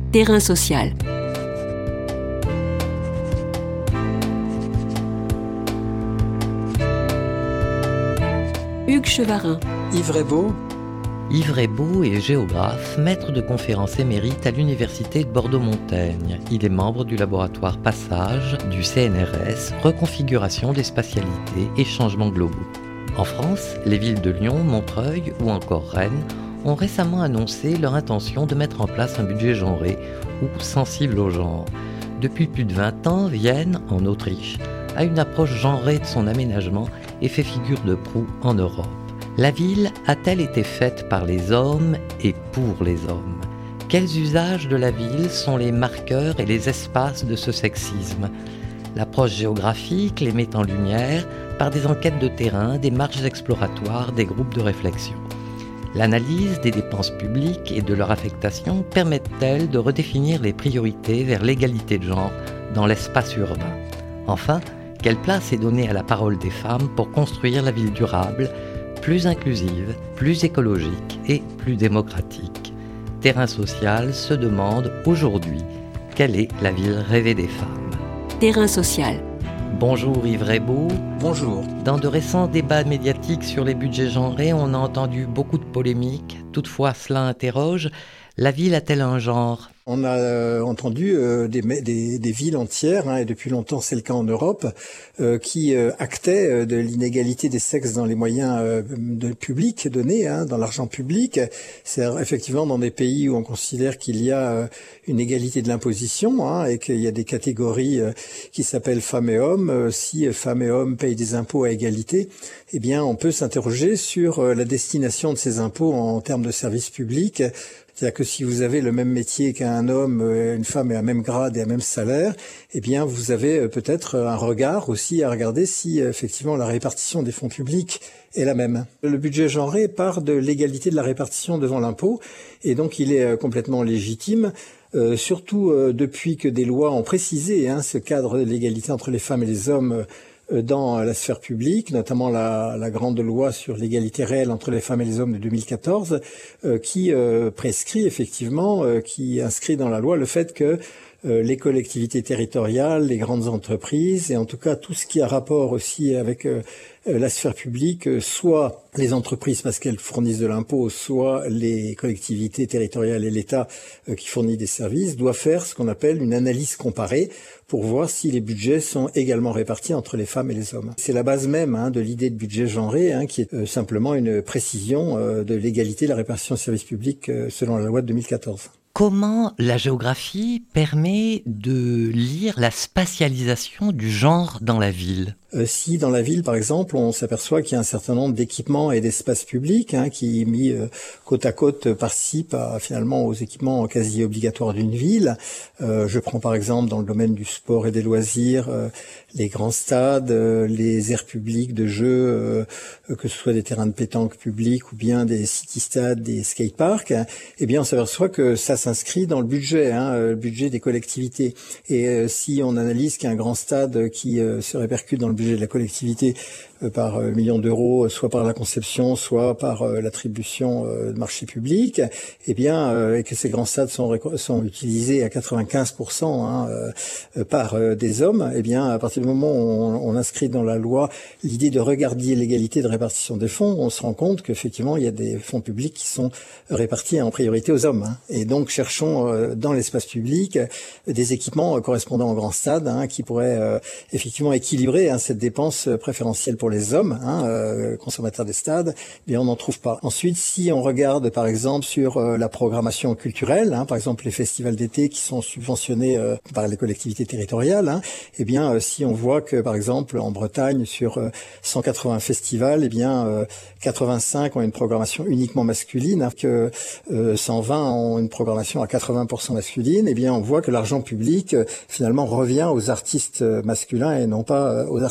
Terrain social. Hugues Chevarin. Yves Raybaud. Yves Raybaud est géographe, maître de conférences émérite à l'Université de Bordeaux-Montaigne. Il est membre du laboratoire Passage du CNRS, reconfiguration des spatialités et changements globaux. En France, les villes de Lyon, Montreuil ou encore Rennes ont récemment annoncé leur intention de mettre en place un budget genré ou sensible au genre. Depuis plus de 20 ans, Vienne, en Autriche, a une approche genrée de son aménagement et fait figure de proue en Europe. La ville a-t-elle été faite par les hommes et pour les hommes ? Quels usages de la ville sont les marqueurs et les espaces de ce sexisme ? L'approche géographique les met en lumière par des enquêtes de terrain, des marches exploratoires, des groupes de réflexion. L'analyse des dépenses publiques et de leur affectation permettent-elles de redéfinir les priorités vers l'égalité de genre dans l'espace urbain ? Enfin, quelle place est donnée à la parole des femmes pour construire la ville durable, plus inclusive, plus écologique et plus démocratique ? Terrain social se demande aujourd'hui quelle est la ville rêvée des femmes. Terrain social. Bonjour Yves Raybaud. Bonjour. Dans de récents débats médiatiques sur les budgets genrés, on a entendu beaucoup de polémiques. Toutefois, cela interroge. La ville a-t-elle un genre ? On a entendu des villes entières, et depuis longtemps c'est le cas en Europe, qui actaient de l'inégalité des sexes dans les moyens publics donnés, dans l'argent public. C'est effectivement dans des pays où on considère qu'il y a une égalité de l'imposition et qu'il y a des catégories qui s'appellent femmes et hommes. Si femmes et hommes payent des impôts à égalité, eh bien on peut s'interroger sur la destination de ces impôts en termes de services publics. C'est-à-dire que si vous avez le même métier qu'un homme, une femme et un même grade et un même salaire, eh bien vous avez peut-être un regard aussi à regarder si effectivement la répartition des fonds publics est la même. Le budget genré part de l'égalité de la répartition devant l'impôt et donc il est complètement légitime. Surtout depuis que des lois ont précisé ce cadre de l'égalité entre les femmes et les hommes dans la sphère publique, notamment la grande loi sur l'égalité réelle entre les femmes et les hommes de 2014, qui prescrit effectivement, qui inscrit dans la loi le fait que les collectivités territoriales, les grandes entreprises et en tout cas tout ce qui a rapport aussi avec la sphère publique, soit les entreprises parce qu'elles fournissent de l'impôt, soit les collectivités territoriales et l'État qui fournit des services, doivent faire ce qu'on appelle une analyse comparée pour voir si les budgets sont également répartis entre les femmes et les hommes. C'est la base même de l'idée de budget genré, qui est simplement une précision de l'égalité de la répartition des services publics selon la loi de 2014. Comment la géographie permet de lire la spatialisation du genre dans la ville ? Si dans la ville, par exemple, on s'aperçoit qu'il y a un certain nombre d'équipements et d'espaces publics qui, mis côte à côte, participent finalement aux équipements quasi obligatoires d'une ville. Je prends par exemple dans le domaine du sport et des loisirs, les grands stades, les aires publiques de jeux, que ce soit des terrains de pétanque publics ou bien des city-stades, des skateparks. Eh bien, on s'aperçoit que ça s'inscrit dans le budget des collectivités. Et si on analyse qu'il y a un grand stade qui se répercute dans le budget de la collectivité par millions d'euros, soit par la conception, soit par l'attribution de marchés publics, et que ces grands stades sont utilisés à 95% par des hommes, à partir du moment où on inscrit dans la loi l'idée de regarder l'égalité de répartition des fonds, on se rend compte qu'effectivement il y a des fonds publics qui sont répartis en priorité aux hommes. Et donc cherchons dans l'espace public des équipements correspondant aux grands stades qui pourraient effectivement équilibrer cette dépense préférentielle pour les hommes, consommateurs des stades, mais on n'en trouve pas. Ensuite, si on regarde par exemple sur la programmation culturelle, par exemple les festivals d'été qui sont subventionnés par les collectivités territoriales, si on voit que par exemple en Bretagne sur 180 festivals, 85 ont une programmation uniquement masculine, que 120 ont une programmation à 80% masculine, on voit que l'argent public finalement revient aux artistes masculins et non pas aux artistes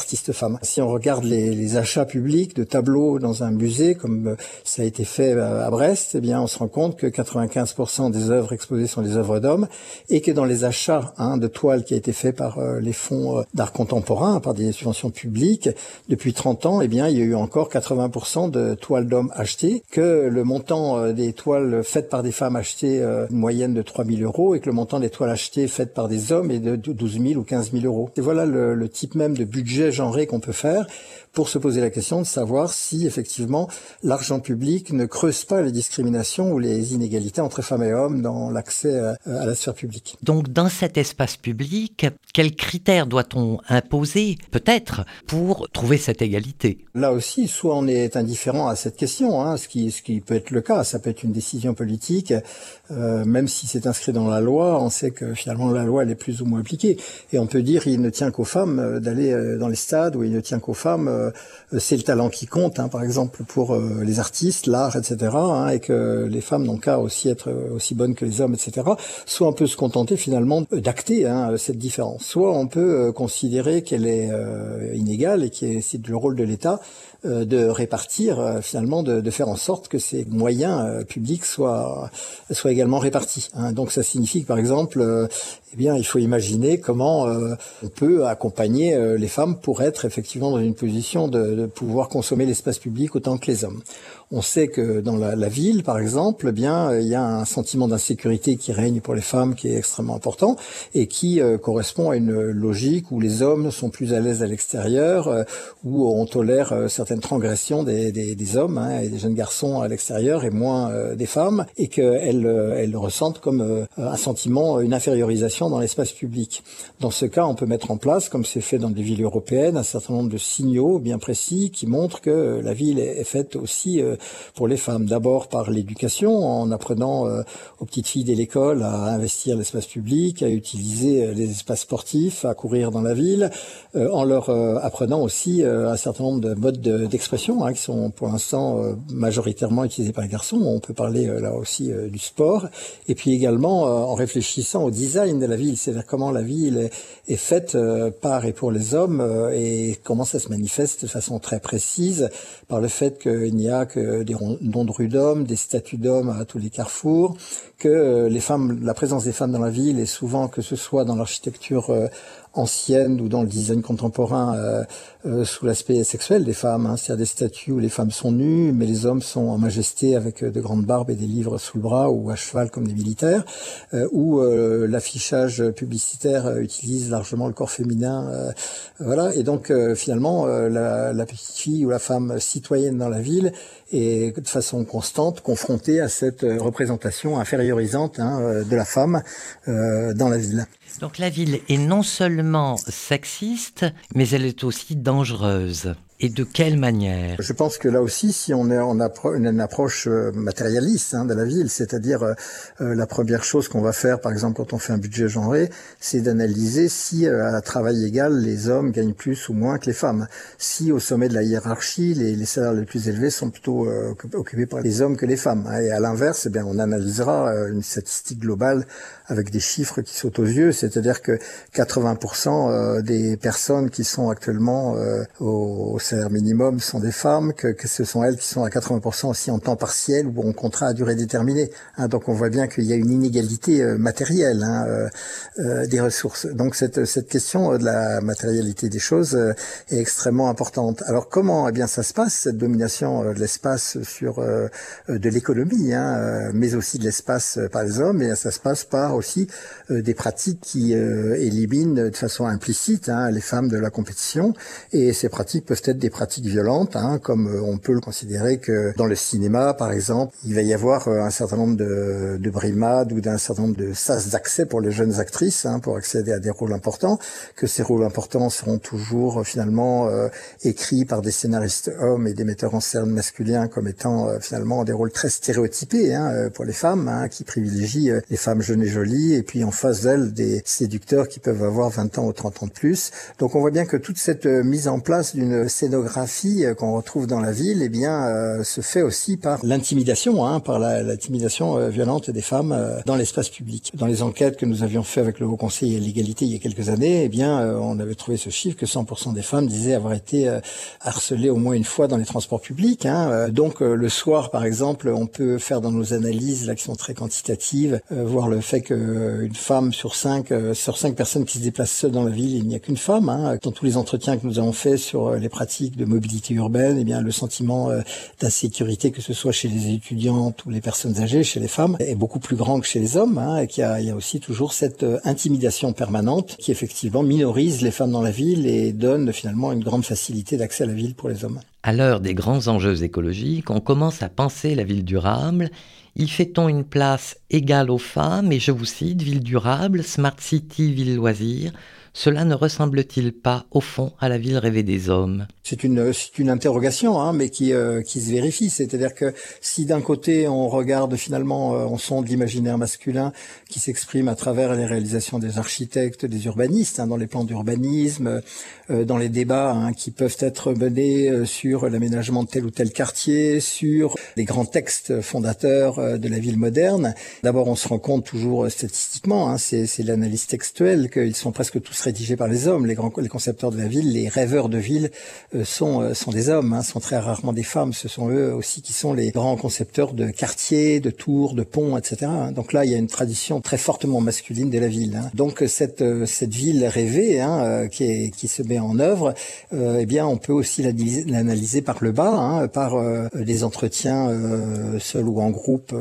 artistes femmes. Si on regarde les achats publics de tableaux dans un musée, comme ça a été fait à Brest, eh bien, on se rend compte que 95% des œuvres exposées sont des œuvres d'hommes, et que dans les achats de toiles qui a été fait par les fonds d'art contemporain, par des subventions publiques, depuis 30 ans, eh bien, il y a eu encore 80% de toiles d'hommes achetées, que le montant des toiles faites par des femmes achetées une moyenne de 3 000 euros, et que le montant des toiles achetées faites par des hommes est de 12 000 ou 15 000 euros. Et voilà le type même de budget genré qu'on peut faire pour se poser la question de savoir si effectivement l'argent public ne creuse pas les discriminations ou les inégalités entre femmes et hommes dans l'accès à la sphère publique. Donc dans cet espace public, quels critères doit-on imposer peut-être pour trouver cette égalité? Là aussi, soit on est indifférent à cette question, ce qui peut être le cas, ça peut être une décision politique, même si c'est inscrit dans la loi, on sait que finalement la loi elle est plus ou moins appliquée, et on peut dire il ne tient qu'aux femmes d'aller dans les stades, ou il ne tient qu'aux femmes, c'est le talent qui compte, par exemple pour les artistes, l'art, etc., et que les femmes n'ont qu'à aussi être aussi bonnes que les hommes, etc. Soit on peut se contenter finalement d'acter cette différence, soit on peut considérer qu'elle est inégale et que c'est le rôle de l'État de répartir, finalement, de faire en sorte que ces moyens publics soient également répartis. Donc ça signifie que, par exemple, il faut imaginer comment on peut accompagner les femmes pour être effectivement dans une position de pouvoir consommer l'espace public autant que les hommes. On sait que dans la ville, par exemple, il y a un sentiment d'insécurité qui règne pour les femmes qui est extrêmement important et qui correspond à une logique où les hommes sont plus à l'aise à l'extérieur, où on tolère certaines transgressions des hommes et des jeunes garçons à l'extérieur et moins des femmes, et qu'elles le ressentent comme un sentiment, une infériorisation dans l'espace public. Dans ce cas, on peut mettre en place, comme c'est fait dans des villes européennes, un certain nombre de signaux bien précis qui montrent que la ville est faite aussi pour les femmes. D'abord par l'éducation, en apprenant aux petites filles dès l'école à investir l'espace public, à utiliser les espaces sportifs, à courir dans la ville, en leur apprenant aussi un certain nombre de modes d'expression qui sont pour l'instant majoritairement utilisés par les garçons. On peut parler là aussi du sport, et puis également en réfléchissant au design de la ville, c'est-à-dire comment la ville est faite par et pour les hommes, et comment ça se manifeste de façon très précise par le fait qu'il n'y a que des noms de rues d'hommes, des statues d'hommes à tous les carrefours, que les femmes, la présence des femmes dans la ville est souvent, que ce soit dans l'architecture ancienne ou dans le design contemporain, sous l'aspect sexuel des femmes, c'est-à-dire des statues où les femmes sont nues, mais les hommes sont en majesté avec de grandes barbes et des livres sous le bras ou à cheval comme des militaires, où l'affichage publicitaire utilise largement le corps féminin, voilà. Et donc finalement la petite fille ou la femme citoyenne dans la ville est de façon constante confrontée à cette représentation infériorisante de la femme dans la ville. Donc la ville est non seulement sexiste, mais elle est aussi dangereuse. Et de quelle manière? Je pense que là aussi, si on a une approche matérialiste de la ville, c'est-à-dire la première chose qu'on va faire, par exemple, quand on fait un budget genré, c'est d'analyser si à travail égal, les hommes gagnent plus ou moins que les femmes. Si au sommet de la hiérarchie, les salaires les plus élevés sont plutôt occupés par les hommes que les femmes. Et à l'inverse, on analysera une statistique globale avec des chiffres qui sautent aux yeux, c'est-à-dire que 80% des personnes qui sont actuellement au salaire minimum sont des femmes, que ce sont elles qui sont à 80% aussi en temps partiel ou en contrat à durée déterminée. Donc on voit bien qu'il y a une inégalité matérielle des ressources. Donc cette question de la matérialité des choses est extrêmement importante. Alors comment ça se passe, cette domination de l'espace sur de l'économie, mais aussi de l'espace par les hommes, et ça se passe par aussi des pratiques qui éliminent de façon implicite les femmes de la compétition, et ces pratiques peuvent être des pratiques violentes, comme on peut le considérer que dans le cinéma, par exemple, il va y avoir un certain nombre de brimades ou d'un certain nombre de sas d'accès pour les jeunes actrices, pour accéder à des rôles importants, que ces rôles importants seront toujours finalement écrits par des scénaristes hommes et des metteurs en scène masculins comme étant finalement des rôles très stéréotypés pour les femmes, qui privilégient les femmes jeunes et jolies, et puis en face d'elles des séducteurs qui peuvent avoir 20 ans ou 30 ans de plus. Donc on voit bien que toute cette mise en place d'une scénarisation scénographie qu'on retrouve dans la ville, eh bien, se fait aussi par l'intimidation, par l'intimidation violente des femmes dans l'espace public. Dans les enquêtes que nous avions fait avec le Haut Conseil à l'égalité il y a quelques années, eh bien, on avait trouvé ce chiffre que 100% des femmes disaient avoir été harcelées au moins une fois dans les transports publics. Donc, le soir, par exemple, on peut faire dans nos analyses, là, qui sont très quantitatives, voir le fait qu'une femme sur cinq personnes qui se déplacent seules dans la ville, il n'y a qu'une femme. Dans tous les entretiens que nous avons faits sur les pratiques de mobilité urbaine, eh bien, le sentiment d'insécurité, que ce soit chez les étudiantes ou les personnes âgées, chez les femmes, est beaucoup plus grand que chez les hommes, et qu'il y a aussi toujours cette intimidation permanente qui effectivement minorise les femmes dans la ville et donne finalement une grande facilité d'accès à la ville pour les hommes. À l'heure des grands enjeux écologiques, on commence à penser la ville durable. Y fait-on une place égale aux femmes? Et je vous cite, ville durable, smart city, ville loisir. Cela ne ressemble-t-il pas, au fond, à la ville rêvée des hommes? C'est une interrogation, mais qui se vérifie. C'est-à-dire que si d'un côté on regarde finalement, on sonde l'imaginaire masculin qui s'exprime à travers les réalisations des architectes, des urbanistes, dans les plans d'urbanisme, dans les débats qui peuvent être menés sur l'aménagement de tel ou tel quartier, sur les grands textes fondateurs de la ville moderne. D'abord, on se rend compte toujours statistiquement, c'est l'analyse textuelle, qu'ils sont presque tous rédigés par les hommes. Les concepteurs de la ville, les rêveurs de ville sont des hommes, sont très rarement des femmes. Ce sont eux aussi qui sont les grands concepteurs de quartiers, de tours, de ponts, etc. Donc là, il y a une tradition très fortement masculine de la ville. Donc cette ville rêvée qui se met en œuvre, eh bien, on peut aussi l'analyser par le bas, par des entretiens seuls ou en groupe,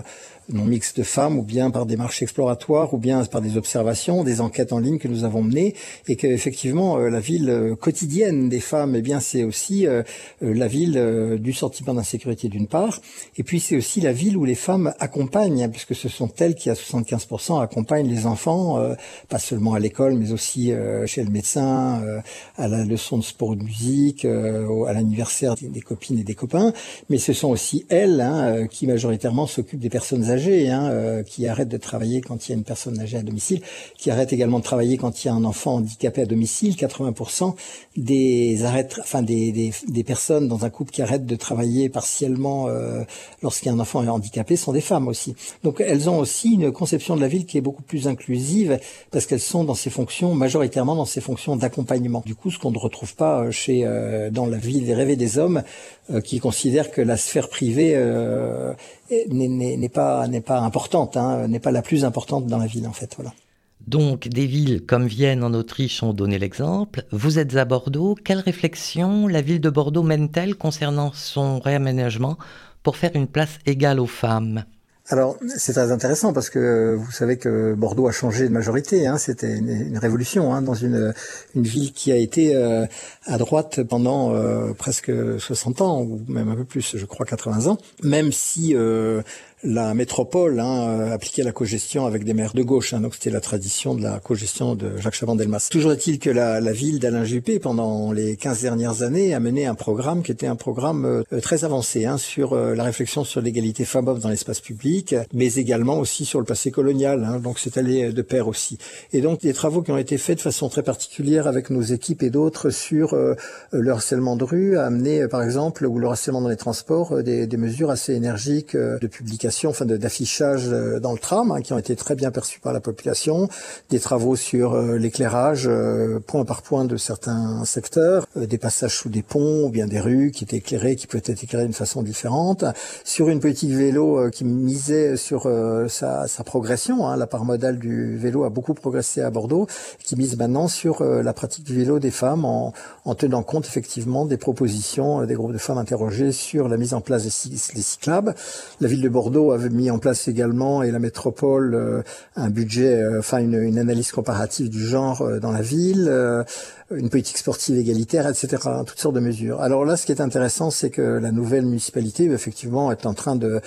non mixte de femmes, ou bien par des marches exploratoires, ou bien par des observations, des enquêtes en ligne que nous avons menées, et que effectivement la ville quotidienne des femmes, eh bien c'est aussi la ville du sentiment d'insécurité d'une part, et puis c'est aussi la ville où les femmes accompagnent, puisque ce sont elles qui à 75% accompagnent les enfants, pas seulement à l'école, mais aussi chez le médecin, à la leçon de sport ou de musique, à l'anniversaire des copines et des copains, mais ce sont aussi elles qui majoritairement s'occupent des personnes âgées, qui arrêtent de travailler quand il y a une personne âgée à domicile, qui arrêtent également de travailler quand il y a un enfant handicapé à domicile. 80% des personnes dans un couple qui arrêtent de travailler partiellement lorsqu'il y a un enfant handicapé sont des femmes aussi. Donc elles ont aussi une conception de la ville qui est beaucoup plus inclusive, parce qu'elles sont majoritairement dans ces fonctions d'accompagnement. Du coup, ce qu'on ne retrouve pas dans la ville rêvée des hommes, qui considèrent que la sphère privée n'est pas importante, n'est pas la plus importante dans la ville, en fait. Voilà. Donc, des villes comme Vienne en Autriche ont donné l'exemple. Vous êtes à Bordeaux. Quelle réflexion la ville de Bordeaux mène-t-elle concernant son réaménagement pour faire une place égale aux femmes ? Alors, c'est très intéressant parce que vous savez que Bordeaux a changé de majorité. C'était une révolution dans une ville qui a été à droite pendant presque 60 ans, ou même un peu plus, je crois 80 ans, même si la métropole appliquait la cogestion avec des maires de gauche, donc c'était la tradition de la cogestion de Jacques Chaban-Delmas. Toujours est-il que la ville d'Alain Juppé, pendant les 15 dernières années, a mené un programme qui était un programme très avancé sur la réflexion sur l'égalité femmes-hommes dans l'espace public, mais également aussi sur le passé colonial, donc c'est allé de pair aussi. Et donc des travaux qui ont été faits de façon très particulière avec nos équipes et d'autres sur le harcèlement de rue, a amené par exemple, ou le harcèlement dans les transports, des mesures assez énergiques de publication, d'affichage dans le tram, qui ont été très bien perçus par la population, des travaux sur l'éclairage point par point de certains secteurs, des passages sous des ponts ou bien des rues qui étaient éclairées, qui peuvent être éclairées d'une façon différente, sur une politique vélo qui misait sur sa progression, la part modale du vélo a beaucoup progressé à Bordeaux, qui mise maintenant sur la pratique du vélo des femmes en tenant compte effectivement des propositions des groupes de femmes interrogées sur la mise en place des cyclables. La ville de Bordeaux avait mis en place également, et la métropole, un budget, une analyse comparative du genre dans la ville, une politique sportive égalitaire, etc., toutes sortes de mesures. Alors là, ce qui est intéressant, c'est que la nouvelle municipalité, effectivement, est en train de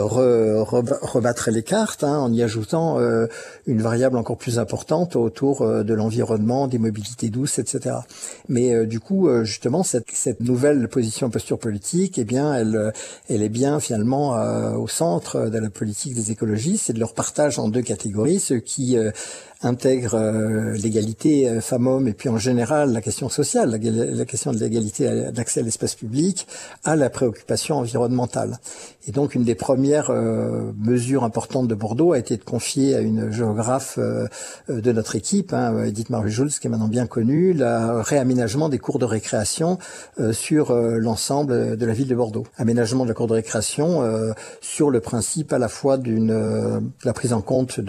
rebattre les cartes, en y ajoutant une variable encore plus importante autour de l'environnement, des mobilités douces, etc. Mais du coup, justement, cette nouvelle posture politique, eh bien, elle est bien finalement au centre centre de la politique des écologistes, c'est de leur partage en deux catégories, ceux qui intègrent l'égalité femmes-hommes et puis en général la question sociale, la question de l'égalité d'accès à l'espace public, à la préoccupation environnementale. Et donc une des premières mesures importantes de Bordeaux a été de confier à une géographe de notre équipe, Edith Marie-Jules, qui est maintenant bien connue, le réaménagement des cours de récréation sur l'ensemble de la ville de Bordeaux. Aménagement de la cour de récréation sur le principe à la fois de la prise en compte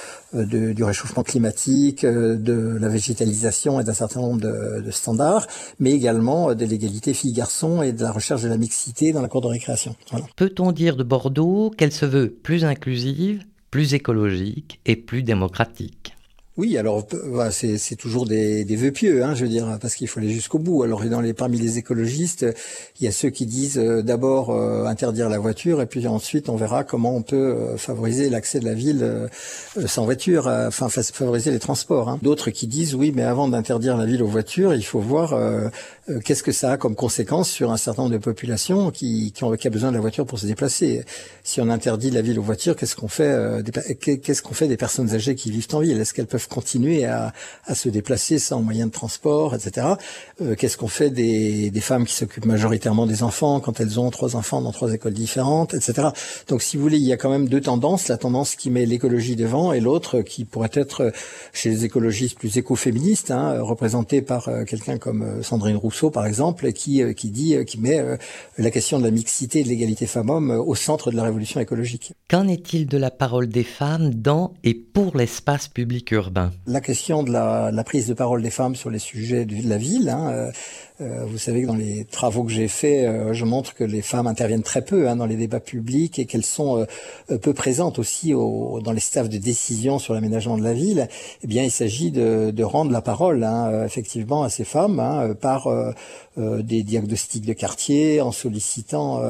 du réchauffement climatique, de la végétalisation et d'un certain nombre de standards, mais également de l'égalité filles-garçons et de la recherche de la mixité dans la cour de récréation. Voilà. Peut-on dire de Bordeaux qu'elle se veut plus inclusive, plus écologique et plus démocratique ? Oui, alors c'est toujours des vœux pieux, je veux dire, parce qu'il faut aller jusqu'au bout. Alors parmi les écologistes, il y a ceux qui disent d'abord interdire la voiture et puis ensuite on verra comment on peut favoriser l'accès de la ville sans voiture, favoriser les transports. D'autres qui disent oui, mais avant d'interdire la ville aux voitures, il faut voir qu'est-ce que ça a comme conséquence sur un certain nombre de populations qui a besoin de la voiture pour se déplacer. Si on interdit la ville aux voitures, qu'est-ce qu'on fait des personnes âgées qui vivent en ville? Est-ce qu'elles peuvent continuer à se déplacer sans moyen de transport, etc. Qu'est-ce qu'on fait des femmes qui s'occupent majoritairement des enfants quand elles ont 3 enfants dans 3 écoles différentes, etc. Donc si vous voulez, il y a quand même 2 tendances, la tendance qui met l'écologie devant et l'autre qui pourrait être chez les écologistes plus écoféministes, représentée par quelqu'un comme Sandrine Rousseau par exemple, qui met la question de la mixité et de l'égalité femmes-hommes au centre de la révolution écologique. Qu'en est-il de la parole des femmes dans et pour l'espace public urbain ? La question de la prise de parole des femmes sur les sujets de la ville, vous savez que dans les travaux que j'ai faits, je montre que les femmes interviennent très peu dans les débats publics et qu'elles sont peu présentes aussi dans les staffs de décision sur l'aménagement de la ville. Eh bien, il s'agit de rendre la parole effectivement à ces femmes par des diagnostics de quartier, en sollicitant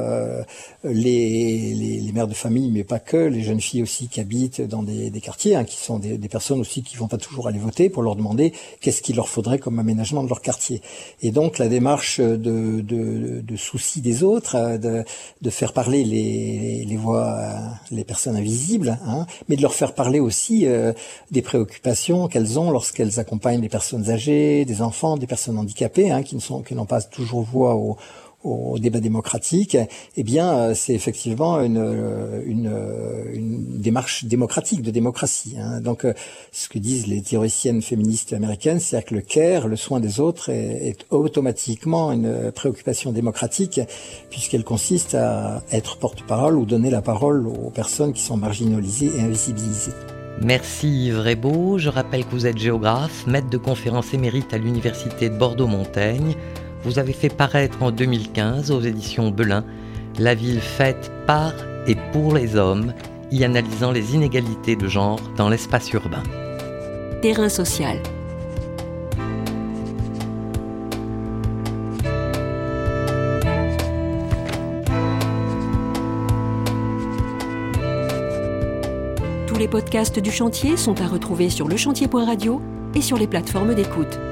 les mères de famille, mais pas que, les jeunes filles aussi qui habitent dans des quartiers, qui sont des personnes aussi qui vont pas toujours aller voter, pour leur demander qu'est-ce qu'il leur faudrait comme aménagement de leur quartier. Et donc la démarche de souci des autres, de faire parler les voix, les personnes invisibles, mais de leur faire parler aussi des préoccupations qu'elles ont lorsqu'elles accompagnent des personnes âgées, des enfants, des personnes handicapées, qui n'ont pas toujours voix au débat démocratique. Eh bien, c'est effectivement une démarche démocratique, de démocratie. Donc, ce que disent les théoriciennes féministes américaines, c'est que le care, le soin des autres, est automatiquement une préoccupation démocratique, puisqu'elle consiste à être porte-parole ou donner la parole aux personnes qui sont marginalisées et invisibilisées. Merci Yves Rebaud. Je rappelle que vous êtes géographe, maître de conférences émérite à l'Université de Bordeaux-Montaigne. Vous avez fait paraître en 2015 aux éditions Belin La ville faite par et pour les hommes, y analysant les inégalités de genre dans l'espace urbain. Terrain social. Tous les podcasts du chantier sont à retrouver sur lechantier.radio et sur les plateformes d'écoute.